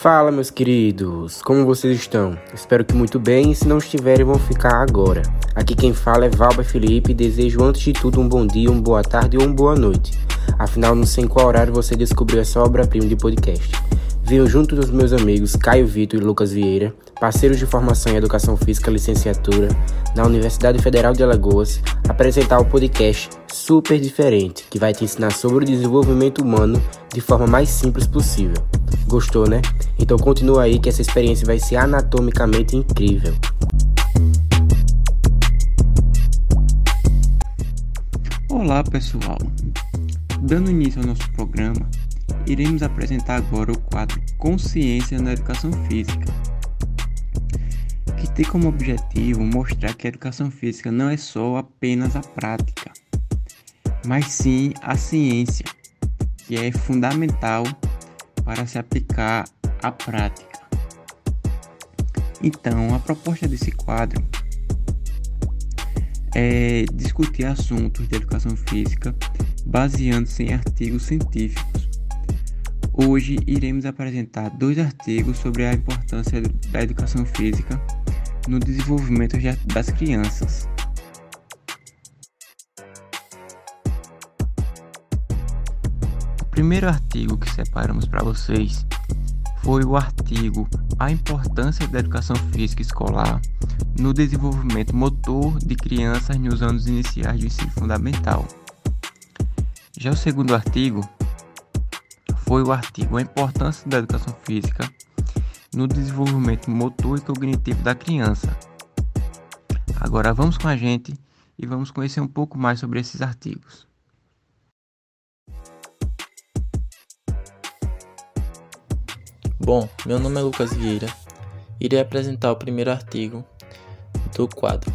Fala, meus queridos, como vocês estão? Espero que muito bem, e se não estiverem vão ficar agora. Aqui quem fala é Valber Felipe e desejo antes de tudo um bom dia, uma boa tarde ou uma boa noite. Afinal, não sei em qual horário você descobriu essa obra-prima de podcast. Venho junto dos meus amigos Caio Vitor e Lucas Vieira, parceiros de formação em Educação Física Licenciatura na Universidade Federal de Alagoas, apresentar um podcast super diferente que vai te ensinar sobre o desenvolvimento humano de forma mais simples possível. Gostou, né? Então continua aí que essa experiência vai ser anatomicamente incrível. Olá pessoal, dando início ao nosso programa, iremos apresentar agora o quadro Consciência na Educação Física, que tem como objetivo mostrar que a educação física não é só apenas a prática, mas sim a ciência, que é fundamental para se aplicar à prática. Então, a proposta desse quadro é discutir assuntos de educação física baseando-se em artigos científicos. Hoje iremos apresentar 2 artigos sobre a importância da educação física no desenvolvimento das crianças. O primeiro artigo que separamos para vocês foi o artigo A Importância da Educação Física Escolar no Desenvolvimento Motor de Crianças nos Anos Iniciais do Ensino Fundamental. Já o segundo artigo foi o artigo A Importância da Educação Física no Desenvolvimento Motor e Cognitivo da Criança. Agora vamos com a gente e vamos conhecer um pouco mais sobre esses artigos. Bom, meu nome é Lucas Vieira. Irei apresentar o primeiro artigo do quadro.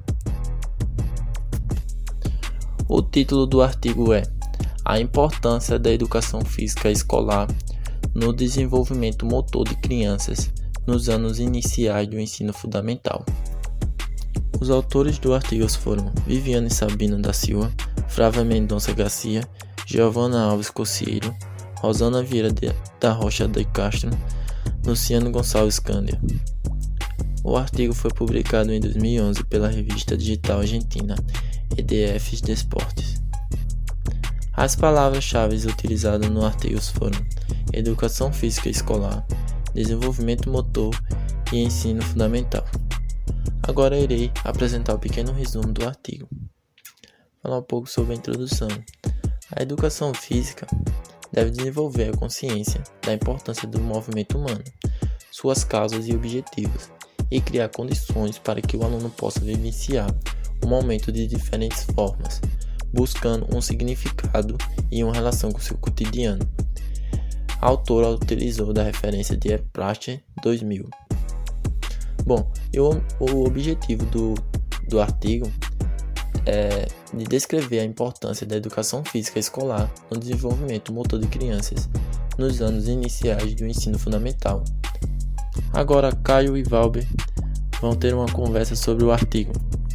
O título do artigo é A Importância da Educação Física Escolar no Desenvolvimento Motor de Crianças nos Anos Iniciais do Ensino Fundamental. Os autores do artigo foram Viviane Sabino da Silva, Flávia Mendonça Garcia, Giovana Alves Cocieiro, Rosana Vieira da Rocha de Castro, Luciano Gonçalves Cândia. O artigo foi publicado em 2011 pela revista digital argentina EDF Desportes. As palavras-chave utilizadas no artigo foram Educação Física Escolar, Desenvolvimento Motor e Ensino Fundamental. Agora irei apresentar um pequeno resumo do artigo. Falar um pouco sobre a introdução. A educação física deve desenvolver a consciência da importância do movimento humano, suas causas e objetivos, e criar condições para que o aluno possa vivenciar o momento de diferentes formas, buscando um significado e uma relação com seu cotidiano. A autora utilizou da referência de Eprache 2000. Bom, o objetivo do artigo é de descrever a importância da educação física escolar no desenvolvimento motor de crianças nos anos iniciais do ensino fundamental. Agora, Caio e Valber vão ter uma conversa sobre o artigo.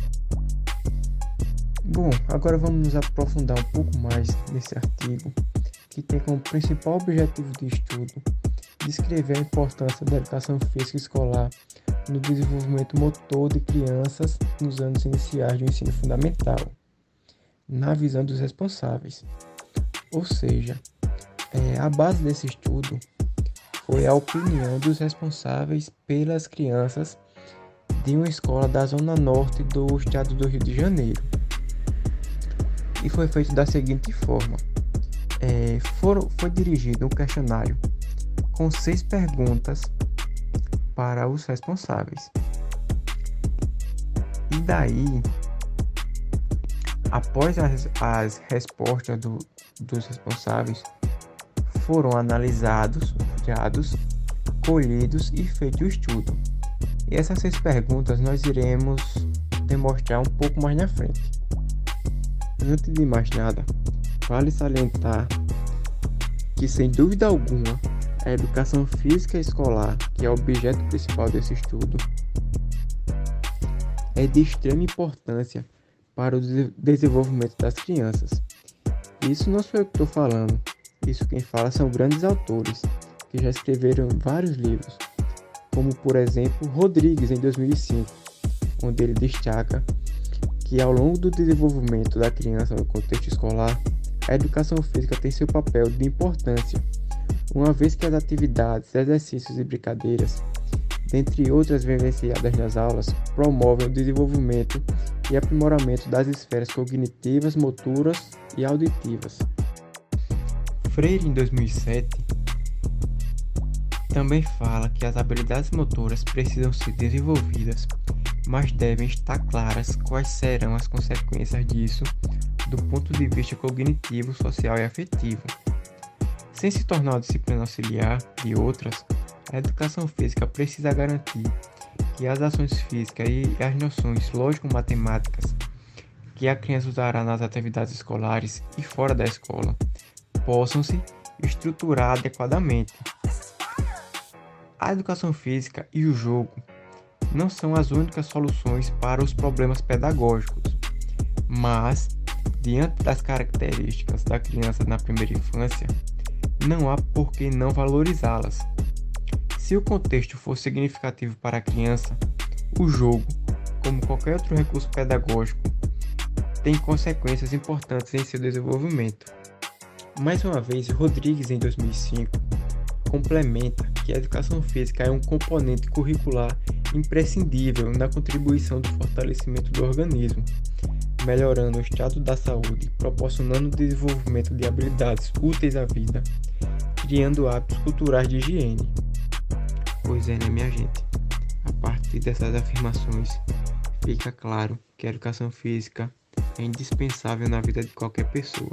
Bom, agora vamos nos aprofundar um pouco mais nesse artigo, que tem como principal objetivo de estudo descrever a importância da educação física escolar no desenvolvimento motor de crianças nos anos iniciais do ensino fundamental, na visão dos responsáveis. Ou seja, a base desse estudo foi a opinião dos responsáveis pelas crianças de uma escola da zona norte do estado do Rio de Janeiro. E foi feito da seguinte forma: foi dirigido um questionário com 6 perguntas para os responsáveis. E daí, após as respostas dos responsáveis, foram analisados, colhidos e feito o estudo. E essas 6 perguntas nós iremos demonstrar um pouco mais na frente. Antes de mais nada, vale salientar que, sem dúvida alguma, a educação física escolar, que é o objeto principal desse estudo, é de extrema importância para o desenvolvimento das crianças. Isso não sou eu que estou falando, isso quem fala são grandes autores, que já escreveram vários livros, como por exemplo Rodrigues em 2005, onde ele destaca que ao longo do desenvolvimento da criança no contexto escolar, a educação física tem seu papel de importância, uma vez que as atividades, exercícios e brincadeiras, dentre outras vivenciadas nas aulas, promovem o desenvolvimento e aprimoramento das esferas cognitivas, motoras e auditivas. Freire, em 2007, também fala que as habilidades motoras precisam ser desenvolvidas, mas devem estar claras quais serão as consequências disso do ponto de vista cognitivo, social e afetivo. Sem se tornar uma disciplina auxiliar de outras, a educação física precisa garantir que as ações físicas e as noções lógico-matemáticas que a criança usará nas atividades escolares e fora da escola possam se estruturar adequadamente. A educação física e o jogo não são as únicas soluções para os problemas pedagógicos, mas, diante das características da criança na primeira infância, não há por que não valorizá-las. Se o contexto for significativo para a criança, o jogo, como qualquer outro recurso pedagógico, tem consequências importantes em seu desenvolvimento. Mais uma vez, Rodrigues, em 2005, complementa que a educação física é um componente curricular imprescindível na contribuição do fortalecimento do organismo, melhorando o estado da saúde, proporcionando o desenvolvimento de habilidades úteis à vida, criando hábitos culturais de higiene. Pois é, né, minha gente? A partir dessas afirmações, fica claro que a educação física é indispensável na vida de qualquer pessoa.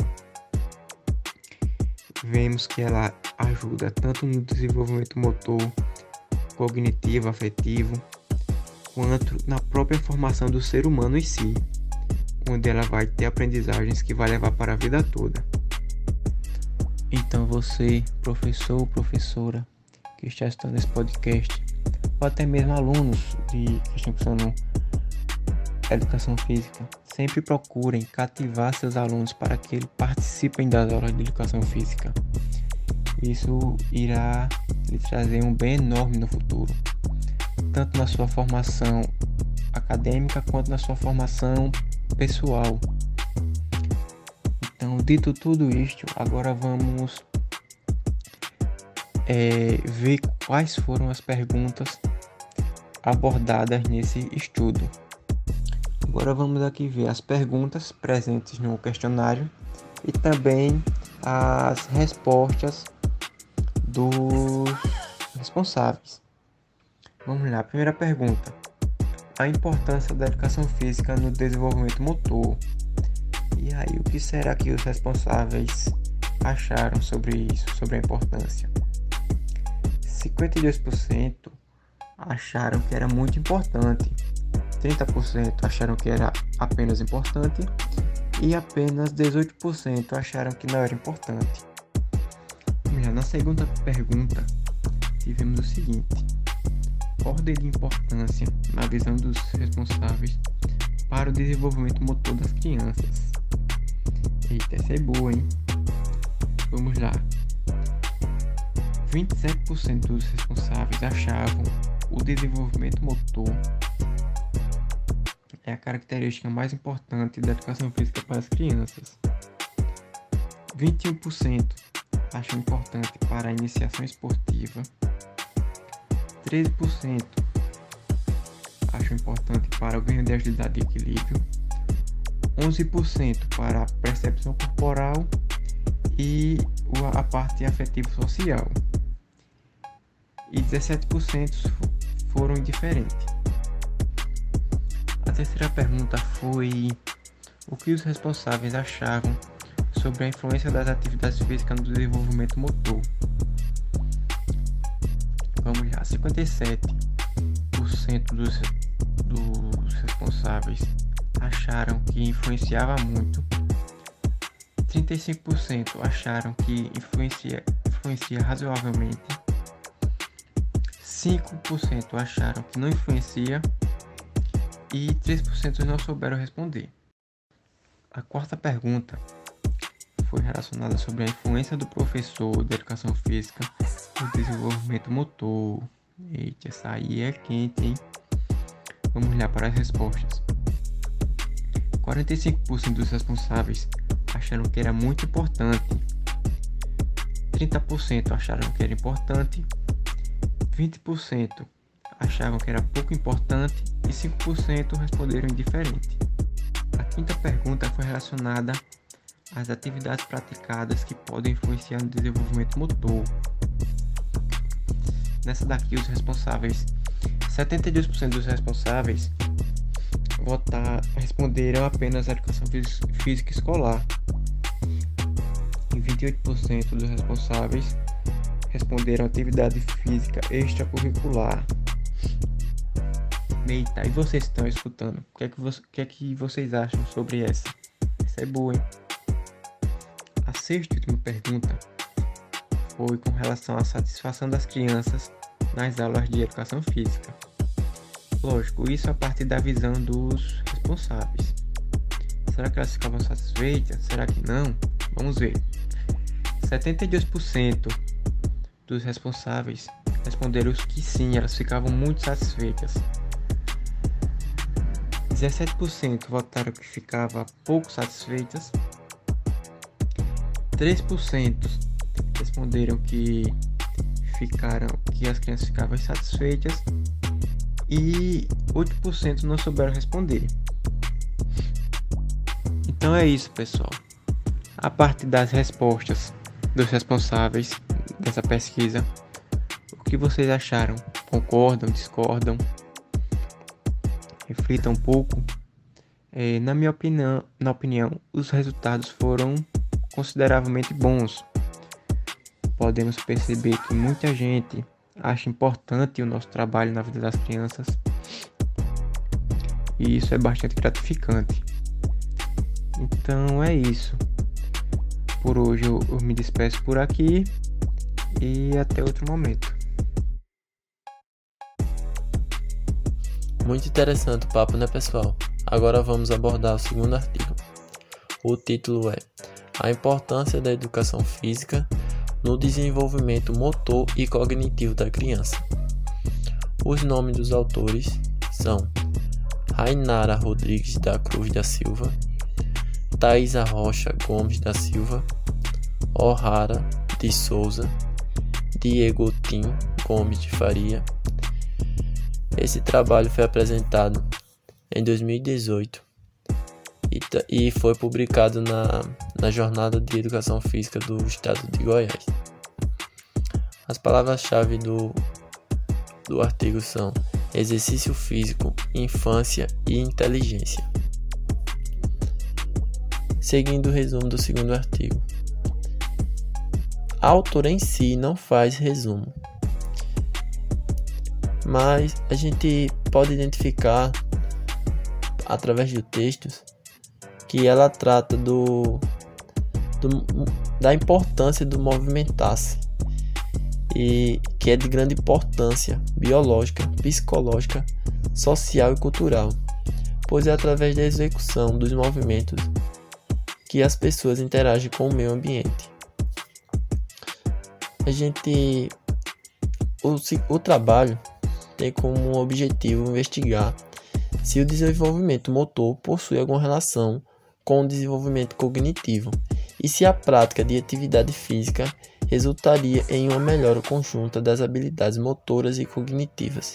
Vemos que ela ajuda tanto no desenvolvimento motor, cognitivo, afetivo, quanto na própria formação do ser humano em si, onde ela vai ter aprendizagens que vai levar para a vida toda. Então você, professor ou professora, que está estudando esse podcast, ou até mesmo alunos que estão cursando educação física, sempre procurem cativar seus alunos para que eles participem das aulas de educação física. Isso irá lhe trazer um bem enorme no futuro, tanto na sua formação acadêmica quanto na sua formação pessoal. Então, dito tudo isto, agora vamos ver quais foram as perguntas abordadas nesse estudo. Agora vamos aqui ver as perguntas presentes no questionário e também as respostas dos responsáveis. Vamos lá, primeira pergunta: a importância da educação física no desenvolvimento motor. E aí, o que será que os responsáveis acharam sobre isso, sobre a importância? 52% acharam que era muito importante, 30% acharam que era apenas importante e apenas 18% acharam que não era importante. Na segunda pergunta, tivemos o seguinte: ordem de importância na visão dos responsáveis para o desenvolvimento motor das crianças. Eita, essa é boa, hein? Vamos lá. 27% dos responsáveis achavam o desenvolvimento motor é a característica mais importante da educação física para as crianças. 21% acham importante para a iniciação esportiva. 13% acham importante para o ganho de agilidade e equilíbrio. 11% para a percepção corporal e a parte afetivo-social. E 17% foram indiferentes. A terceira pergunta foi: o que os responsáveis achavam sobre a influência das atividades físicas no desenvolvimento motor? Vamos lá, 57% dos responsáveis acharam que influenciava muito, 35% acharam que influencia razoavelmente, 5% acharam que não influencia e 3% não souberam responder. A quarta pergunta foi relacionada sobre a influência do professor de educação física no desenvolvimento motor. Eita, essa aí é quente, hein? Vamos olhar para as respostas. 45% dos responsáveis acharam que era muito importante. 30% acharam que era importante. 20% achavam que era pouco importante e 5% responderam indiferente. A quinta pergunta foi relacionada às atividades praticadas que podem influenciar no desenvolvimento motor. Nessa daqui, os responsáveis, 72% dos responsáveis responderam apenas a educação física escolar. E 28% dos responsáveis responderam atividade física extracurricular. Eita, e vocês estão escutando? O que é que vocês acham sobre essa? Essa é boa, hein? A sexta e última pergunta foi com relação à satisfação das crianças nas aulas de educação física. Lógico, isso a partir da visão dos responsáveis. Será que elas ficavam satisfeitas? Será que não? Vamos ver. 72% dos responsáveis responderam que sim, elas ficavam muito satisfeitas. 17% votaram que ficavam pouco satisfeitas. 3% responderam que as crianças ficavam insatisfeitas. E 8% não souberam responder. Então é isso, pessoal. A partir das respostas dos responsáveis dessa pesquisa, o que vocês acharam? Concordam? Discordam? Reflitam um pouco. Na minha opinião, os resultados foram consideravelmente bons. Podemos perceber que muita gente acha importante o nosso trabalho na vida das crianças. E isso é bastante gratificante. Então é isso. Por hoje eu me despeço por aqui e até outro momento. Muito interessante o papo, né, pessoal? Agora vamos abordar o segundo artigo. O título é A importância da educação física no desenvolvimento motor e cognitivo da criança. Os nomes dos autores são Rainara Rodrigues da Cruz da Silva, Thaisa Rocha Gomes da Silva, O'Hara de Souza, Diego Tim Gomes de Faria. Esse trabalho foi apresentado em 2018 e foi publicado na Jornada de Educação Física do Estado de Goiás. As palavras-chave do artigo são exercício físico, infância e inteligência. Seguindo o resumo do segundo artigo. A autora em si não faz resumo, mas a gente pode identificar através de textos que ela trata da importância do movimentar-se, e que é de grande importância biológica, psicológica, social e cultural, pois é através da execução dos movimentos que as pessoas interagem com o meio ambiente. O trabalho tem como objetivo investigar se o desenvolvimento motor possui alguma relação com o desenvolvimento cognitivo e se a prática de atividade física resultaria em uma melhora conjunta das habilidades motoras e cognitivas.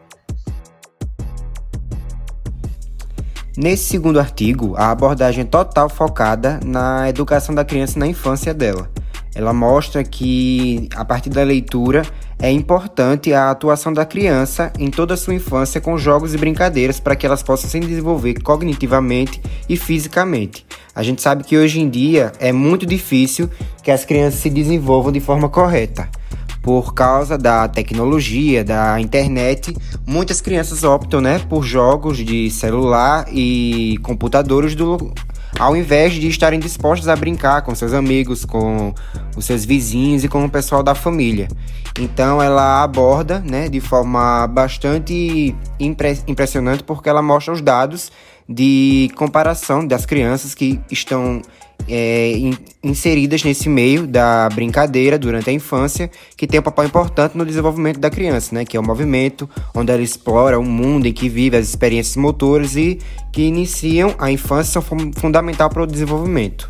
Nesse segundo artigo, a abordagem é total focada na educação da criança na infância dela. Ela mostra que, a partir da leitura, é importante a atuação da criança em toda a sua infância com jogos e brincadeiras para que elas possam se desenvolver cognitivamente e fisicamente. A gente sabe que hoje em dia é muito difícil que as crianças se desenvolvam de forma correta. Por causa da tecnologia, da internet, muitas crianças optam, por jogos de celular e computadores ao invés de estarem dispostos a brincar com seus amigos, com os seus vizinhos e com o pessoal da família. Então ela aborda, de forma bastante impressionante, porque ela mostra os dados de comparação das crianças que estão inseridas nesse meio da brincadeira durante a infância, que tem um papel importante no desenvolvimento da criança, né? Que é o movimento, onde ela explora o mundo em que vive, as experiências motoras e que iniciam a infância são fundamental para o desenvolvimento.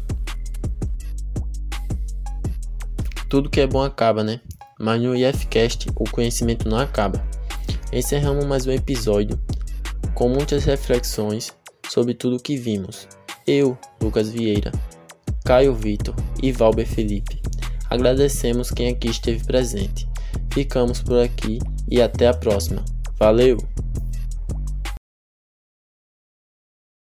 Tudo que é bom acaba, né? Mas no IFCast o conhecimento não acaba. Encerramos mais um episódio com muitas reflexões sobre tudo que vimos. Eu, Lucas Vieira, Caio Vitor e Valber Felipe. Agradecemos quem aqui esteve presente. Ficamos por aqui e até a próxima. Valeu!